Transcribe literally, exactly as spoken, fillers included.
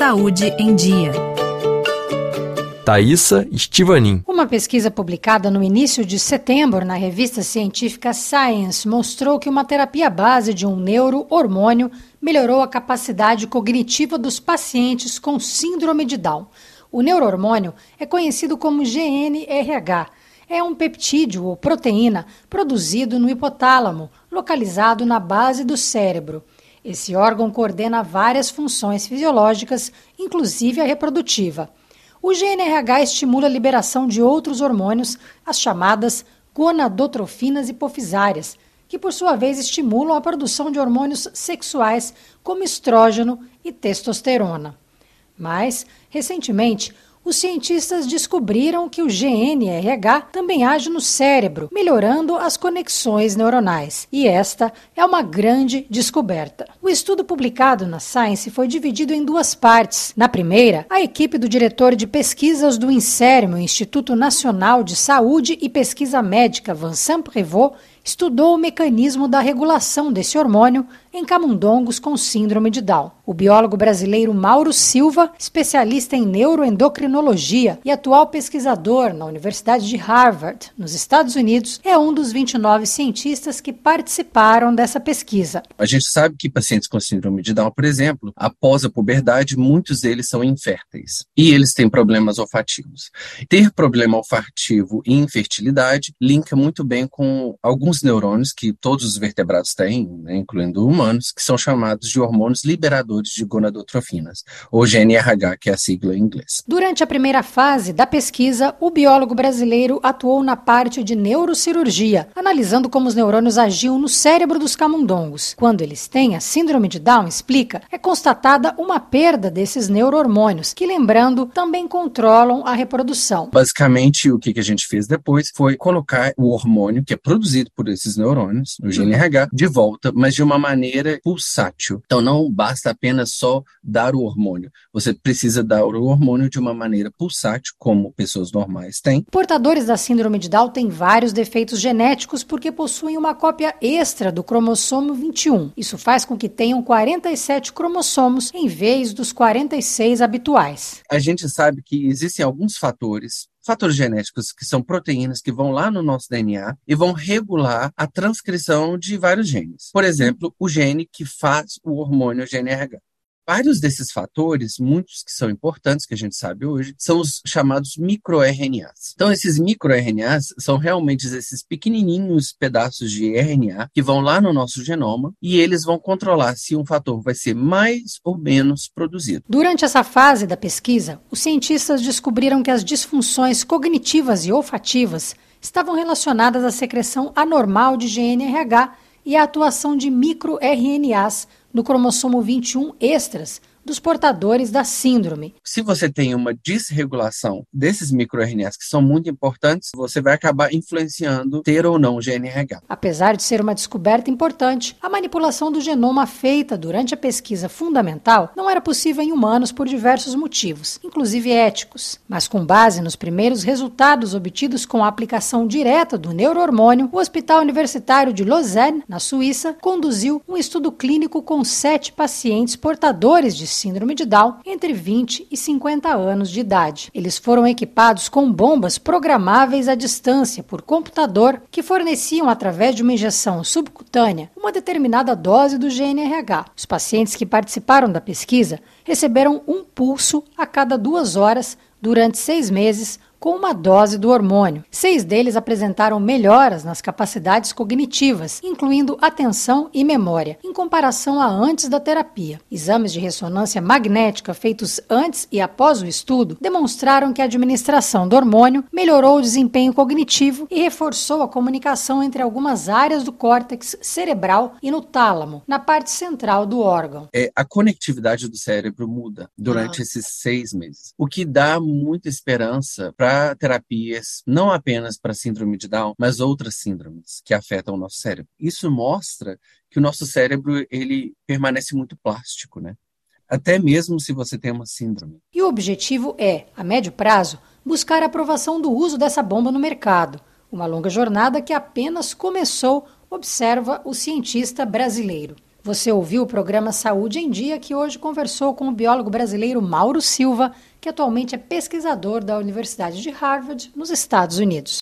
Saúde em Dia. Thaísa Estivanin. Uma pesquisa publicada no início de setembro na revista científica Science mostrou que uma terapia base de um neuro-hormônio melhorou a capacidade cognitiva dos pacientes com síndrome de Down. O neuro-hormônio é conhecido como G N R H. É um peptídeo ou proteína produzido no hipotálamo, localizado na base do cérebro. Esse órgão coordena várias funções fisiológicas, inclusive a reprodutiva. O G N R H estimula a liberação de outros hormônios, as chamadas gonadotrofinas hipofisárias, que por sua vez estimulam a produção de hormônios sexuais como estrógeno e testosterona. Mas, recentemente, os cientistas descobriram que o G N R H também age no cérebro, melhorando as conexões neuronais. E esta é uma grande descoberta. O estudo publicado na Science foi dividido em duas partes. Na primeira, a equipe do diretor de pesquisas do INSERM, o Instituto Nacional de Saúde e Pesquisa Médica, Vincent Prévost, estudou o mecanismo da regulação desse hormônio em camundongos com síndrome de Down. O biólogo brasileiro Mauro Silva, especialista em neuroendocrinologia e atual pesquisador na Universidade de Harvard, nos Estados Unidos, é um dos vinte e nove cientistas que participaram dessa pesquisa. A gente sabe que pacientes com síndrome de Down, por exemplo, após a puberdade, muitos deles são inférteis e eles têm problemas olfativos. Ter problema olfativo e infertilidade linka muito bem com alguns neurônios que todos os vertebrados têm, né, incluindo humanos, que são chamados de hormônios liberadores de gonadotrofinas, ou G N R H, que é a sigla em inglês. Durante a primeira fase da pesquisa, o biólogo brasileiro atuou na parte de neurocirurgia, analisando como os neurônios agiam no cérebro dos camundongos. Quando eles têm a síndrome de Down, explica, é constatada uma perda desses neurohormônios, que, lembrando, também controlam a reprodução. Basicamente, o que a gente fez depois foi colocar o hormônio, que é produzido por esses neurônios, o G N R H, de volta, mas de uma maneira pulsátil. Então não basta apenas só dar o hormônio. Você precisa dar o hormônio de uma maneira pulsátil, como pessoas normais têm. Portadores da síndrome de Down têm vários defeitos genéticos porque possuem uma cópia extra do cromossomo vinte e um. Isso faz com que tenham quarenta e sete cromossomos em vez dos quarenta e seis habituais. A gente sabe que existem alguns fatores Fatores genéticos que são proteínas que vão lá no nosso D N A e vão regular a transcrição de vários genes. Por exemplo, o gene que faz o hormônio G N R H. Vários desses fatores, muitos que são importantes, que a gente sabe hoje, são os chamados microR N As. Então, esses microR N As são realmente esses pequenininhos pedaços de R N A que vão lá no nosso genoma e eles vão controlar se um fator vai ser mais ou menos produzido. Durante essa fase da pesquisa, os cientistas descobriram que as disfunções cognitivas e olfativas estavam relacionadas à secreção anormal de G N R H e à atuação de microR N As no cromossomo vinte e um extras dos portadores da síndrome. Se você tem uma desregulação desses microR N As que são muito importantes, você vai acabar influenciando ter ou não G N R H. Apesar de ser uma descoberta importante, a manipulação do genoma feita durante a pesquisa fundamental não era possível em humanos por diversos motivos, inclusive éticos. Mas com base nos primeiros resultados obtidos com a aplicação direta do neurohormônio, o Hospital Universitário de Lausanne, na Suíça, conduziu um estudo clínico com sete pacientes portadores de síndrome de Down entre vinte e cinquenta anos de idade. Eles foram equipados com bombas programáveis à distância por computador que forneciam, através de uma injeção subcutânea, uma determinada dose do G N R H. Os pacientes que participaram da pesquisa receberam um pulso a cada duas horas durante seis meses com uma dose do hormônio. Seis deles apresentaram melhoras nas capacidades cognitivas, incluindo atenção e memória, em comparação a antes da terapia. Exames de ressonância magnética feitos antes e após o estudo demonstraram que a administração do hormônio melhorou o desempenho cognitivo e reforçou a comunicação entre algumas áreas do córtex cerebral e no tálamo, na parte central do órgão. É, a conectividade do cérebro muda durante ah. esses seis meses, o que dá muita esperança para terapias, não apenas para síndrome de Down, mas outras síndromes que afetam o nosso cérebro. Isso mostra que o nosso cérebro ele permanece muito plástico, né? Até mesmo se você tem uma síndrome. E o objetivo é, a médio prazo, buscar a aprovação do uso dessa bomba no mercado. Uma longa jornada que apenas começou, observa o cientista brasileiro. Você ouviu o programa Saúde em Dia, que hoje conversou com o biólogo brasileiro Mauro Silva, que atualmente é pesquisador da Universidade de Harvard, nos Estados Unidos.